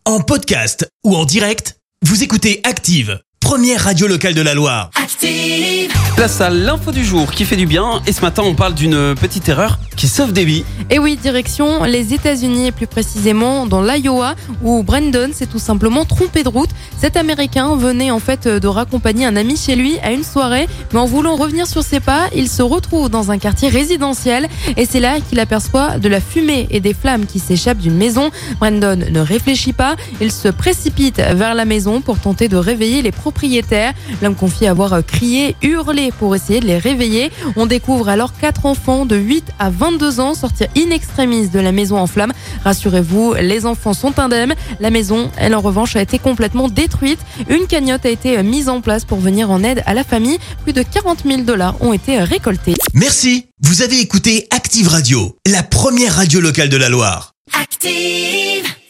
En podcast ou en direct, vous écoutez Active, première radio locale de la Loire. Active. Place à l'info du jour qui fait du bien. Et ce matin, on parle d'une petite erreur qui sauve des vies. Et oui, direction les États-Unis, et plus précisément dans l'Iowa, où Brandon s'est tout simplement trompé de route. Cet Américain venait en fait de raccompagner un ami chez lui à une soirée, mais en voulant revenir sur ses pas, il se retrouve dans un quartier résidentiel et c'est là qu'il aperçoit de la fumée et des flammes qui s'échappent d'une maison. Brandon ne réfléchit pas, il se précipite vers la maison pour tenter de réveiller les propriétaires. L'homme confie avoir crié, hurlé pour essayer de les réveiller. On découvre alors 4 enfants de 8 à 22 ans sortir in extremis de la maison en flammes. Rassurez-vous, les enfants sont indemnes. La maison, elle en revanche, a été complètement détruite. Une cagnotte a été mise en place pour venir en aide à la famille. Plus de 40 000 $ ont été récoltés. Merci, vous avez écouté Active Radio, la première radio locale de la Loire. Active.